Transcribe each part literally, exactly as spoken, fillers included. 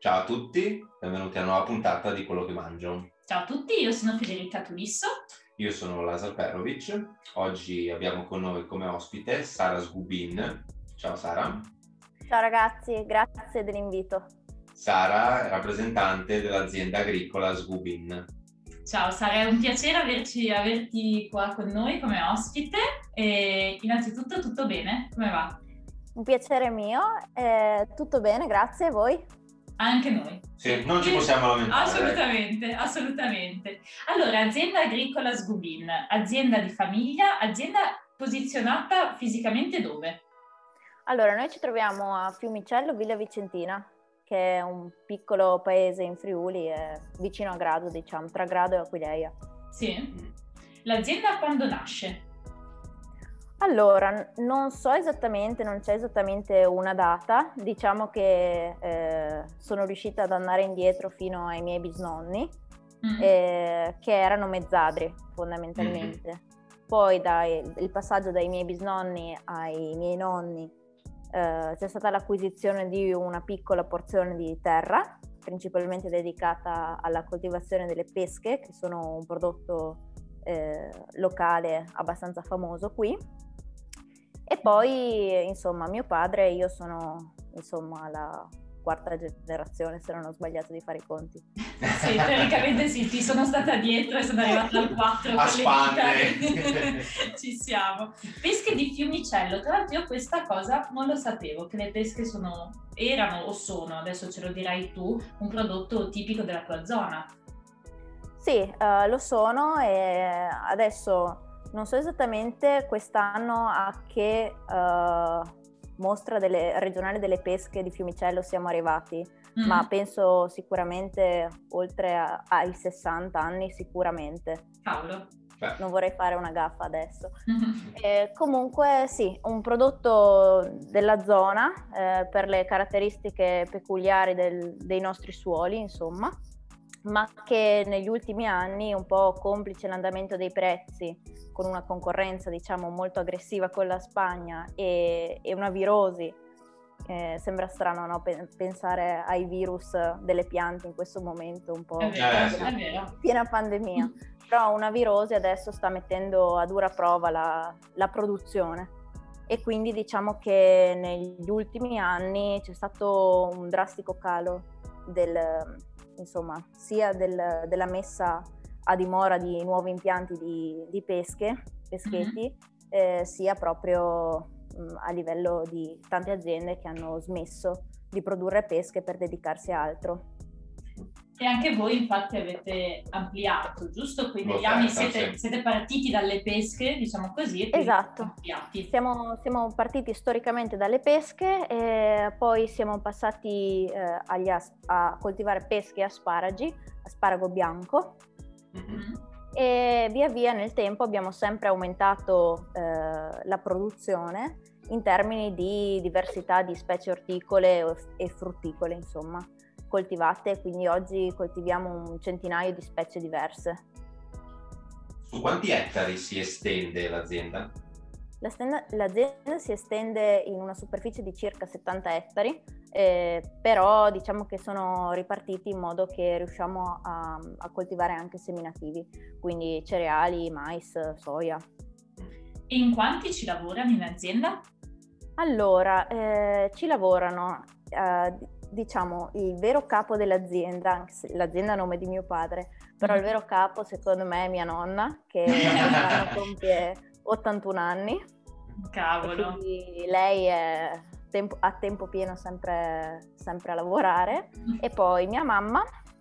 Ciao a tutti, benvenuti a una nuova puntata di Quello che mangio. Ciao a tutti, io sono Federica Tulisso. Io sono Lazar Perovic. Oggi abbiamo con noi come ospite Sara Sgubin. Ciao Sara. Ciao ragazzi, grazie dell'invito. Sara è rappresentante dell'azienda agricola Sgubin. Ciao Sara, è un piacere averci, averti qua con noi come ospite. E innanzitutto tutto bene? Come va? Un piacere mio, eh, tutto bene, grazie a voi. Anche noi. Sì, non ci possiamo lamentare. Assolutamente, assolutamente. Allora, azienda agricola Sgubin, azienda di famiglia, azienda posizionata fisicamente dove? Allora, noi ci troviamo a Fiumicello, Villa Vicentina, che è un piccolo paese in Friuli, eh, vicino a Grado, diciamo, tra Grado e Aquileia. Sì. L'azienda quando nasce? Allora, non so esattamente, non c'è esattamente una data, diciamo che eh, sono riuscita ad andare indietro fino ai miei bisnonni, mm. eh, che erano mezzadri fondamentalmente. Mm-hmm. Poi dai, il passaggio dai miei bisnonni ai miei nonni eh, c'è stata l'acquisizione di una piccola porzione di terra, principalmente dedicata alla coltivazione delle pesche, che sono un prodotto eh, locale abbastanza famoso qui. E poi, insomma, mio padre e io sono, insomma, la quarta generazione, se non ho sbagliato di fare i conti. Sì, teoricamente sì, ti sono stata dietro e sono arrivata al quattro A con le dita. Ci siamo. Pesche di Fiumicello, tra l'altro io questa cosa non lo sapevo, che le pesche sono, erano o sono, adesso ce lo dirai tu, un prodotto tipico della tua zona. Sì, uh, lo sono e adesso... Non so esattamente quest'anno a che uh, mostra delle, regionale delle pesche di Fiumicello siamo arrivati, mm. ma penso sicuramente oltre a, ai sessanta anni sicuramente. Cavolo. Beh. Non vorrei fare una gaffa adesso. Mm-hmm. E comunque sì, un prodotto della zona eh, per le caratteristiche peculiari del, dei nostri suoli, insomma, ma che negli ultimi anni, un po' complice l'andamento dei prezzi, con una concorrenza diciamo molto aggressiva con la Spagna e, e una virosi, eh, sembra strano no? pensare ai virus delle piante in questo momento, un po' è vero, piena, è vero. piena pandemia, però una virosi adesso sta mettendo a dura prova la, la produzione e quindi diciamo che negli ultimi anni c'è stato un drastico calo del, insomma, sia del, della messa a dimora di nuovi impianti di, di pesche, peschetti, mm-hmm. eh, sia proprio mh, a livello di tante aziende che hanno smesso di produrre pesche per dedicarsi a altro. E anche voi infatti avete ampliato, giusto? Quindi negli anni siete, sì. siete partiti dalle pesche, diciamo così, e poi esatto. ampliati. Siamo, siamo partiti storicamente dalle pesche e poi siamo passati eh, agli as- a coltivare pesche e asparagi, asparago bianco. Mm-hmm. E via via nel tempo abbiamo sempre aumentato eh, la produzione in termini di diversità di specie orticole e frutticole, insomma, coltivate, quindi oggi coltiviamo un centinaio di specie diverse. Su quanti ettari si estende l'azienda? L'azienda si estende in una superficie di circa settanta ettari, eh, però diciamo che sono ripartiti in modo che riusciamo a, a coltivare anche seminativi, quindi cereali, mais, soia. E in quanti ci lavorano in azienda? Allora, eh, ci lavorano, eh, diciamo, il vero capo dell'azienda, anche se l'azienda è a nome di mio padre, però mm. il vero capo secondo me è mia nonna, che compie ottantuno anni. Cavolo. Quindi lei è tempo, a tempo pieno sempre, sempre a lavorare mm. e poi mia mamma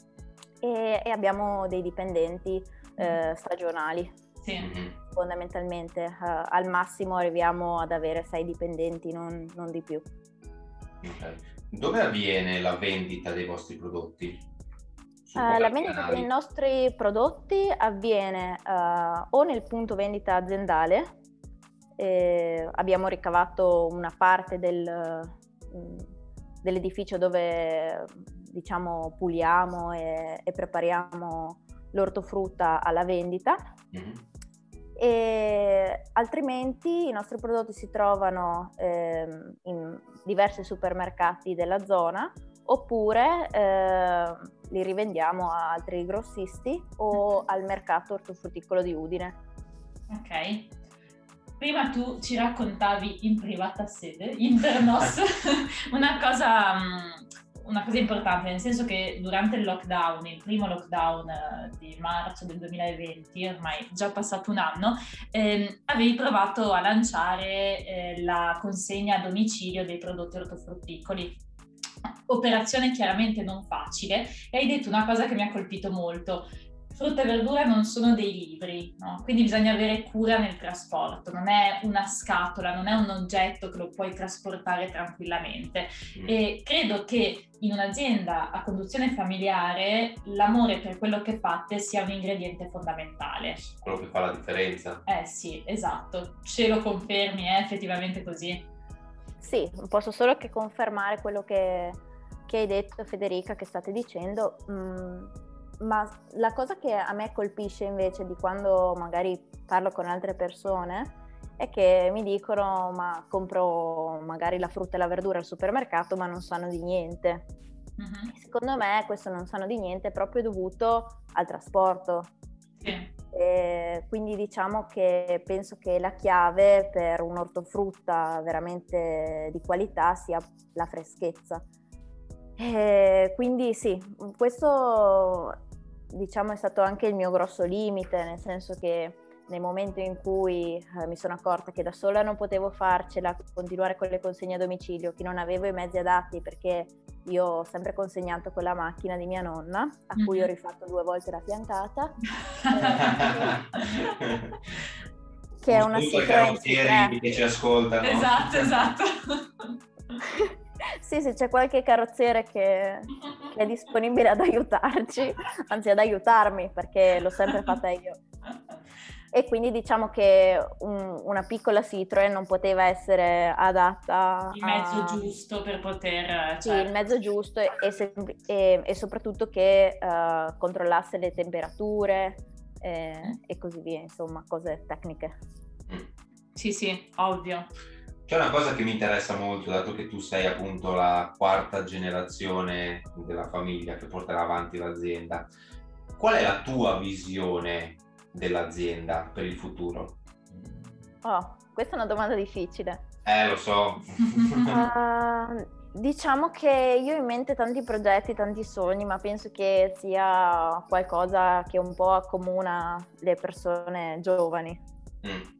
e, e abbiamo dei dipendenti eh, stagionali. Sì. Fondamentalmente uh, al massimo arriviamo ad avere sei dipendenti, non, non di più. Okay. Dove avviene la vendita dei vostri prodotti? Uh, la vendita canali? dei nostri prodotti avviene uh, o nel punto vendita aziendale. Eh, abbiamo ricavato una parte del, mh, dell'edificio dove diciamo puliamo e, e prepariamo l'ortofrutta alla vendita. Mm-hmm. E altrimenti i nostri prodotti si trovano eh, in diversi supermercati della zona oppure eh, li rivendiamo a altri grossisti o al mercato ortofrutticolo di Udine. Ok. Prima tu ci raccontavi in privata sede, internos, una cosa, una cosa importante, nel senso che durante il lockdown, il primo lockdown di marzo del duemilaventi, ormai già passato un anno, ehm, avevi provato a lanciare eh, la consegna a domicilio dei prodotti ortofrutticoli. Operazione chiaramente non facile, e hai detto una cosa che mi ha colpito molto. Frutta e verdura non sono dei libri, no? Quindi bisogna avere cura nel trasporto, non è una scatola, non è un oggetto che lo puoi trasportare tranquillamente. Mm. E credo che in un'azienda a conduzione familiare l'amore per quello che fate sia un ingrediente fondamentale. Quello che fa la differenza. Eh sì, esatto. Ce lo confermi, è effettivamente così? Sì, posso solo che confermare quello che, che hai detto, Federica, che state dicendo. Mm. Ma la cosa che a me colpisce invece di quando magari parlo con altre persone è che mi dicono: ma compro magari la frutta e la verdura al supermercato ma non sanno di niente. Uh-huh. Secondo me questo non sanno di niente è proprio dovuto al trasporto. Sì. E quindi diciamo che penso che la chiave per un'ortofrutta veramente di qualità sia la freschezza. E quindi sì, questo diciamo è stato anche il mio grosso limite, nel senso che nel momento in cui eh, mi sono accorta che da sola non potevo farcela, continuare con le consegne a domicilio, che non avevo i mezzi adatti, perché io ho sempre consegnato con la macchina di mia nonna, a mm-hmm. cui ho rifatto due volte la fiancata, eh, che è una carrozzieri che ci ascoltano. Esatto, esatto. Sì, se c'è qualche carrozziere che, che è disponibile ad aiutarci, anzi ad aiutarmi, perché l'ho sempre fatta io. E quindi diciamo che un, una piccola Citroen non poteva essere adatta il mezzo a... giusto per poter... Sì, certo. il mezzo giusto e, e, e soprattutto che uh, controllasse le temperature e, mm. e così via, insomma, cose tecniche. Sì, sì, ovvio. C'è una cosa che mi interessa molto, dato che tu sei appunto la quarta generazione della famiglia che porterà avanti l'azienda. Qual è la tua visione dell'azienda per il futuro? Oh, questa è una domanda difficile. Eh, lo so. uh, diciamo che io ho in mente tanti progetti, tanti sogni, ma penso che sia qualcosa che un po' accomuna le persone giovani. Mm.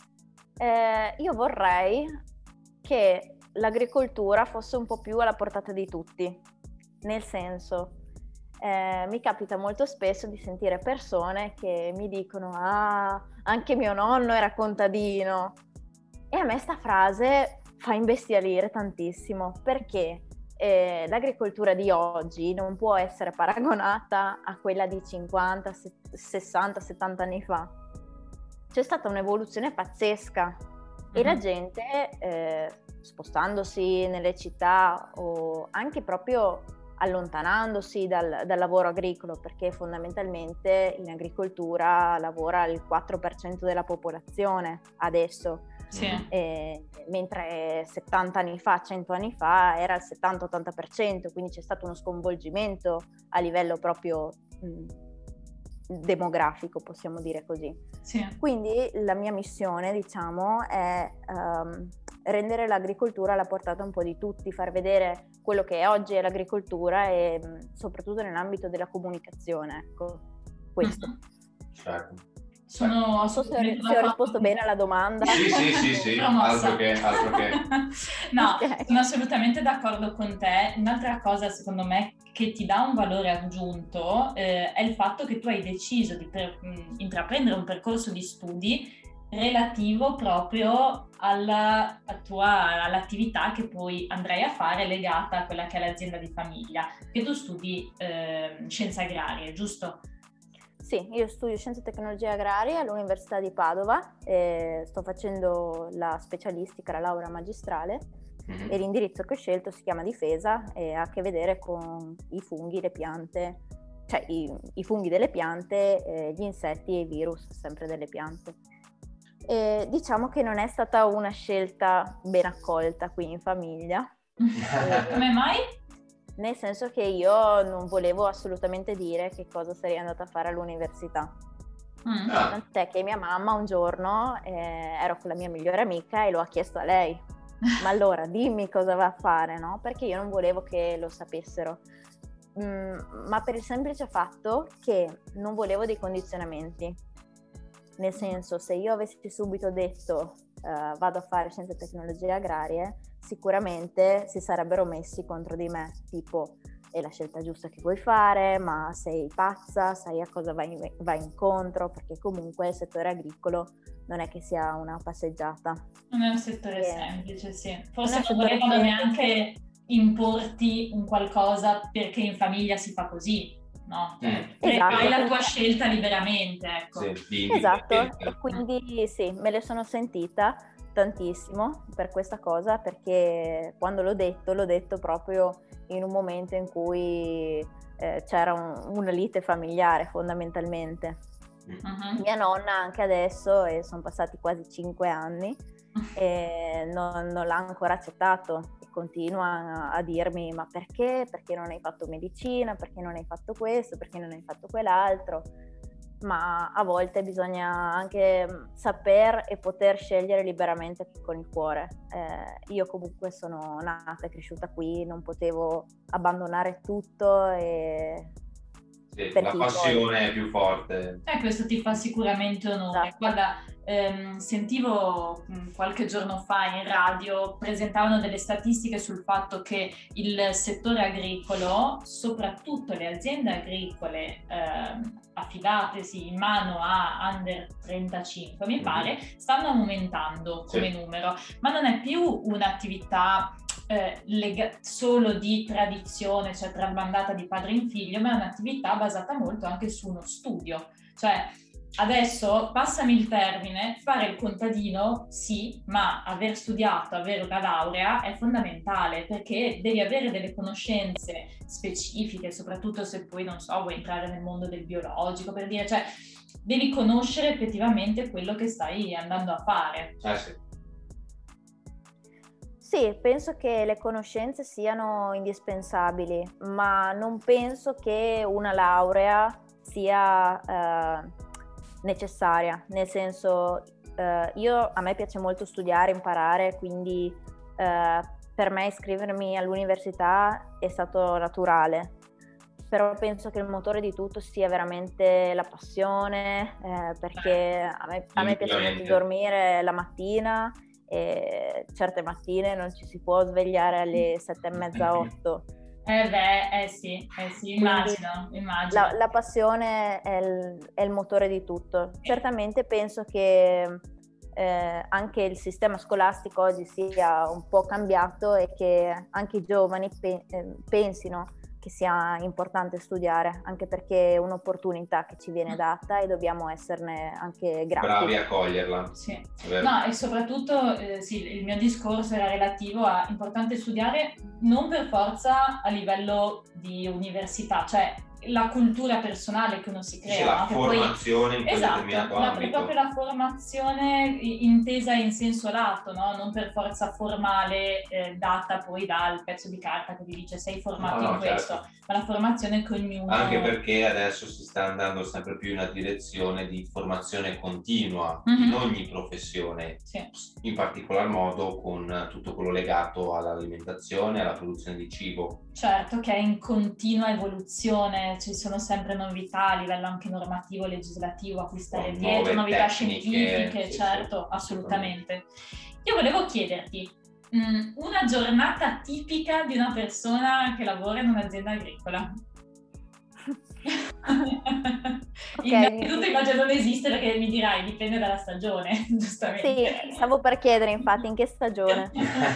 Eh, io vorrei che l'agricoltura fosse un po' più alla portata di tutti, nel senso, eh, mi capita molto spesso di sentire persone che mi dicono: ah, anche mio nonno era contadino, e a me sta frase fa imbestialire tantissimo, perché eh, l'agricoltura di oggi non può essere paragonata a quella di cinquanta, sessanta, settanta anni fa. C'è stata un'evoluzione pazzesca e mm-hmm. la gente, eh, spostandosi nelle città o anche proprio allontanandosi dal, dal lavoro agricolo, perché fondamentalmente in agricoltura lavora il quattro per cento della popolazione adesso, sì. e, mentre settanta anni fa, cento anni fa era il settanta ottanta per cento, quindi c'è stato uno sconvolgimento a livello proprio mh, demografico, possiamo dire così. Sì. Quindi la mia missione, diciamo, è um, rendere l'agricoltura alla portata un po' di tutti, far vedere quello che oggi è l'agricoltura e mh, soprattutto nell'ambito della comunicazione, ecco, questo. Mm-hmm. Certo. Sono non so se ho, se ho risposto bene alla domanda. Sì, sì, sì, sì. altro che, altro che. No, okay. Sono assolutamente d'accordo con te. Un'altra cosa, secondo me, che ti dà un valore aggiunto eh, è il fatto che tu hai deciso di per, mh, intraprendere un percorso di studi relativo proprio alla, a tua, all'attività che poi andrai a fare legata a quella che è l'azienda di famiglia, che tu studi eh, scienze agrarie, giusto? Sì, io studio Scienze e Tecnologie Agrarie all'Università di Padova, e sto facendo la specialistica, la laurea magistrale, mm-hmm. e l'indirizzo che ho scelto si chiama Difesa e ha a che vedere con i funghi, le piante, cioè i, i funghi delle piante, eh, gli insetti e i virus sempre delle piante. E diciamo che non è stata una scelta ben accolta qui in famiglia. Come mai? nel senso che io non volevo assolutamente dire che cosa sarei andata a fare all'università. Mm. Ah. Tant'è che mia mamma un giorno, eh, ero con la mia migliore amica e lo ha chiesto a lei, ma allora dimmi cosa va a fare, no? Perché io non volevo che lo sapessero, mm, ma per il semplice fatto che non volevo dei condizionamenti. Nel senso, se io avessi subito detto uh, vado a fare scienze e tecnologie agrarie, sicuramente si sarebbero messi contro di me, tipo è la scelta giusta che vuoi fare, ma sei pazza, sai a cosa vai, vai incontro, perché comunque il settore agricolo non è che sia una passeggiata. Non è un settore e... semplice, sì. Forse non volevano neanche importi un qualcosa perché in famiglia si fa così. No, eh, esatto. Fai la tua scelta liberamente, ecco. Sì, esatto, e quindi sì, me le sono sentita tantissimo per questa cosa, perché quando l'ho detto, l'ho detto proprio in un momento in cui eh, c'era un, una lite familiare fondamentalmente. Uh-huh. Mia nonna anche adesso, e sono passati quasi cinque anni, e non, non l'ha ancora accettato. Continua a dirmi ma perché? Perché non hai fatto medicina? Perché non hai fatto questo? Perché non hai fatto quell'altro? Ma a volte bisogna anche saper e poter scegliere liberamente con il cuore. Eh, io comunque sono nata e cresciuta qui, non potevo abbandonare tutto e... Sì, la passione poi... è più forte. Eh, questo ti fa sicuramente onore. Esatto. Guarda, ehm, sentivo mh, qualche giorno fa in radio, presentavano delle statistiche sul fatto che il settore agricolo, soprattutto le aziende agricole ehm, affidatesi in mano a under trentacinque, mi mm-hmm. pare, stanno aumentando come sì. numero, ma non è più un'attività Eh, lega- solo di tradizione, cioè tramandata di padre in figlio, ma è un'attività basata molto anche su uno studio. Cioè adesso, passami il termine, fare il contadino sì, ma aver studiato, avere una laurea è fondamentale, perché devi avere delle conoscenze specifiche, soprattutto se poi, non so, vuoi entrare nel mondo del biologico, per dire, cioè devi conoscere effettivamente quello che stai andando a fare. Eh sì. Sì, penso che le conoscenze siano indispensabili, ma non penso che una laurea sia eh, necessaria, nel senso eh, io, a me piace molto studiare, imparare, quindi eh, per me iscrivermi all'università è stato naturale, però penso che il motore di tutto sia veramente la passione, eh, perché a me, a me piace molto dormire la mattina, e certe mattine non ci si può svegliare alle sette e mezza, otto. Eh beh, eh sì, eh sì, immagino, immagino. La, la passione è il, è il motore di tutto. Certamente penso che eh, anche il sistema scolastico oggi sia un po' cambiato e che anche i giovani pe- eh, pensino che sia importante studiare, anche perché è un'opportunità che ci viene data e dobbiamo esserne anche grati. Bravi a coglierla. Sì. No, e soprattutto eh, sì, il mio discorso era relativo a importante studiare non per forza a livello di università, cioè la cultura personale che uno si crea. Sì, la no? formazione poi, in quel esatto, determinato la, ambito. Proprio la formazione intesa in senso lato, no? Non per forza formale eh, data poi dal pezzo di carta che ti dice sei formato no, no, in questo, certo. Ma la formazione che ognuno... Anche perché adesso si sta andando sempre più in una direzione di formazione continua mm-hmm. in ogni professione, sì. in particolar modo con tutto quello legato all'alimentazione e alla produzione di cibo. Certo, che è in continua evoluzione, ci sono sempre novità a livello anche normativo, legislativo a cui stare oh, dietro, novità tecniche, scientifiche, sì, certo, sì, assolutamente. Io volevo chiederti, mh, una giornata tipica di una persona che lavora in un'azienda agricola. Okay. Innanzitutto immagino non esiste, perché mi dirai dipende dalla stagione, giustamente. Sì, stavo per chiedere infatti in che stagione.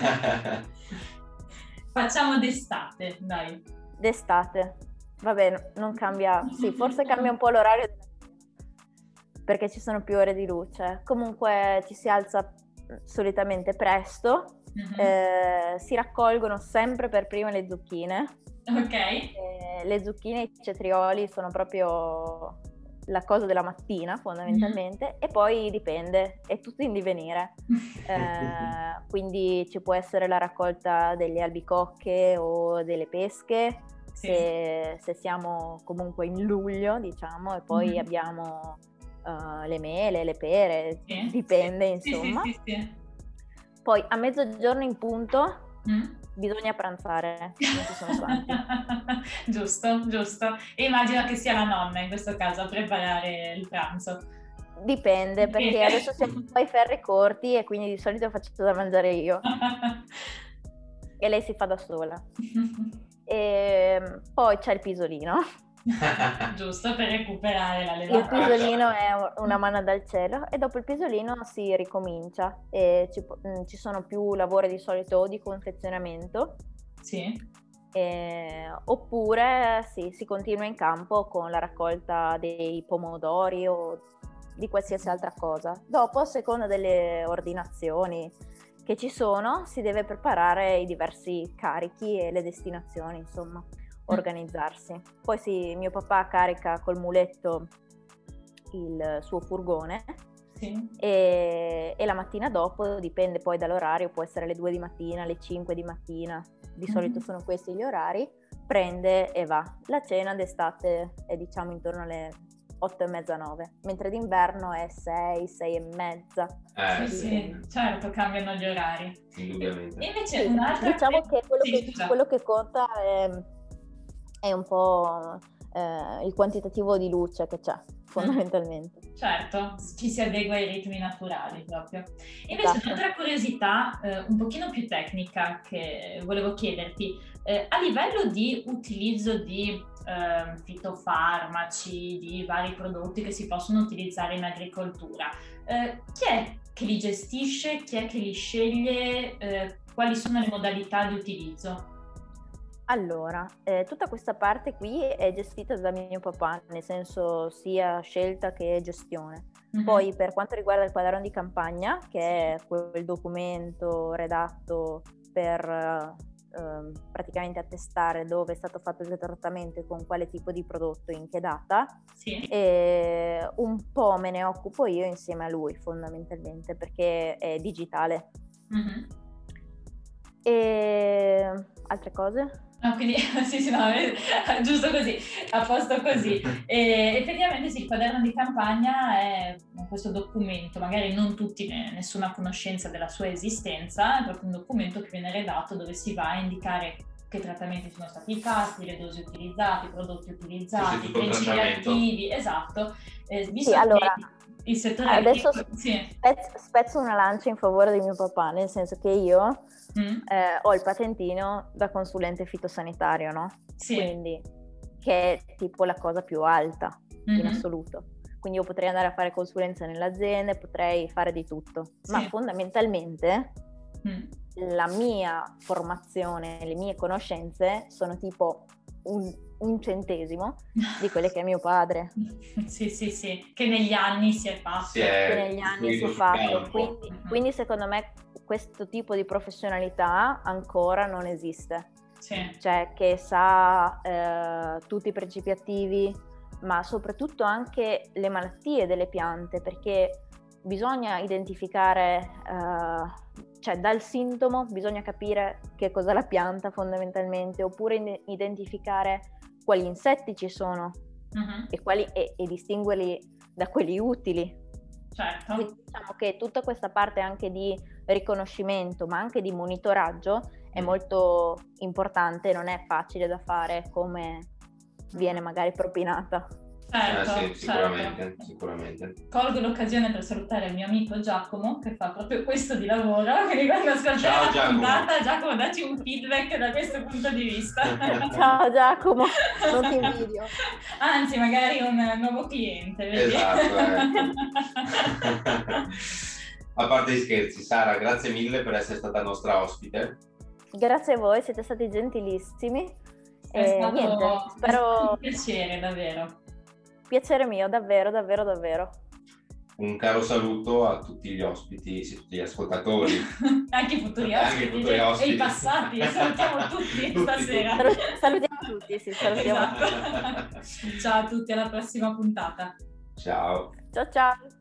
Facciamo d'estate, dai. D'estate, va bene, non cambia, sì, forse cambia un po' l'orario perché ci sono più ore di luce. Comunque ci si alza solitamente presto, mm-hmm. eh, si raccolgono sempre per prima le zucchine. Ok. Eh, le zucchine e i cetrioli sono proprio la cosa della mattina fondamentalmente, mm-hmm. e poi dipende, è tutto in divenire. eh, quindi ci può essere la raccolta delle albicocche o delle pesche, sì. se, se siamo comunque in luglio, diciamo, e poi mm-hmm. abbiamo uh, le mele, le pere, sì. dipende sì. insomma. Sì, sì, sì, sì. Poi a mezzogiorno in punto mm? bisogna pranzare, non ci sono santi. Giusto, giusto. E immagino che sia la nonna in questo caso a preparare il pranzo. Dipende, perché adesso siamo un po' ai ferri corti e quindi di solito faccio da mangiare io. E lei si fa da sola. E poi c'è il pisolino. Giusto, per recuperare la levata. Il pisolino è una manna dal cielo e dopo il pisolino si ricomincia e ci, ci sono più lavori di solito di confezionamento, sì. e, oppure sì, si continua in campo con la raccolta dei pomodori o di qualsiasi altra cosa. Dopo, a seconda delle ordinazioni che ci sono, si deve preparare i diversi carichi e le destinazioni, insomma, organizzarsi. Poi sì, mio papà carica col muletto il suo furgone, sì. e, e la mattina dopo, dipende poi dall'orario, può essere alle due di mattina, alle cinque di mattina, di mm-hmm. solito sono questi gli orari, prende e va. La cena d'estate è diciamo intorno alle otto e mezza, nove, mentre d'inverno è sei, sei e mezza. Eh, sì, sì, certo, cambiano gli orari. Indubbiamente. Invece sì, un'altra diciamo che quello, sì, che quello che conta è, è un po' eh, il quantitativo di luce che c'è, fondamentalmente. Certo, ci si adegua ai ritmi naturali proprio. Invece esatto. Un'altra curiosità eh, un pochino più tecnica che volevo chiederti, eh, a livello di utilizzo di eh, fitofarmaci, di vari prodotti che si possono utilizzare in agricoltura, eh, chi è che li gestisce, chi è che li sceglie, eh, quali sono le modalità di utilizzo? Allora, eh, tutta questa parte qui è gestita da mio papà, nel senso sia scelta che gestione. Mm-hmm. Poi per quanto riguarda il quaderno di campagna, che è quel documento redatto per eh, praticamente attestare dove è stato fatto il trattamento e con quale tipo di prodotto, in che data, sì. e un po' me ne occupo io insieme a lui fondamentalmente, perché è digitale. Mm-hmm. E altre cose? Ah, quindi sì, sì, no, giusto così, a posto così. E effettivamente sì, il quaderno di campagna è questo documento, magari non tutti ne, nessuno ha conoscenza della sua esistenza, è proprio un documento che viene redatto dove si va a indicare che trattamenti sono stati fatti, le dosi utilizzate, i prodotti utilizzati, i principi attivi, esatto. Eh, sì, allora, il settore adesso agricolo, sì. spezzo, spezzo una lancia in favore di mio papà, nel senso che io mm. eh, ho il patentino da consulente fitosanitario, no? Sì. Quindi, che è tipo la cosa più alta mm-hmm. in assoluto. Quindi io potrei andare a fare consulenza nelle aziende, potrei fare di tutto, sì. ma fondamentalmente mm. la mia formazione, le mie conoscenze sono tipo un un centesimo di quelle che è mio padre. Sì, sì, sì, che negli anni si è fatto. Si è che negli anni si è fatto. Quindi, uh-huh. quindi secondo me questo tipo di professionalità ancora non esiste. Sì. Cioè che sa eh, tutti i principi attivi, ma soprattutto anche le malattie delle piante, perché bisogna identificare, eh, cioè dal sintomo bisogna capire che cos'è la pianta fondamentalmente, oppure identificare quali insetti ci sono uh-huh. e, quali, e, e distinguerli da quelli utili. Certo. Quindi diciamo che tutta questa parte anche di riconoscimento, ma anche di monitoraggio è molto importante, non è facile da fare come viene magari propinata. Certo, eh, sì, sicuramente, certo. sicuramente. Colgo l'occasione per salutare il mio amico Giacomo, che fa proprio questo di lavoro, quindi quando ascolterà la puntata, Giacomo, dacci un feedback da questo punto di vista. Ciao Giacomo, non ti invidio. Anzi, magari un nuovo cliente, vedi? Esatto, ecco. A parte gli scherzi, Sara, grazie mille per essere stata nostra ospite. Grazie a voi, siete stati gentilissimi. È e stato niente, spero... un piacere, davvero. Piacere mio, davvero, davvero, davvero. Un caro saluto a tutti gli ospiti, sì, tutti gli ascoltatori. Anche i futuri ospiti, Anche i futuri ospiti. E i passati, li salutiamo tutti, tutti stasera. Tutti. Salutiamo tutti, sì, salutiamo esatto. tutti. Ciao a tutti, alla prossima puntata. Ciao. Ciao ciao.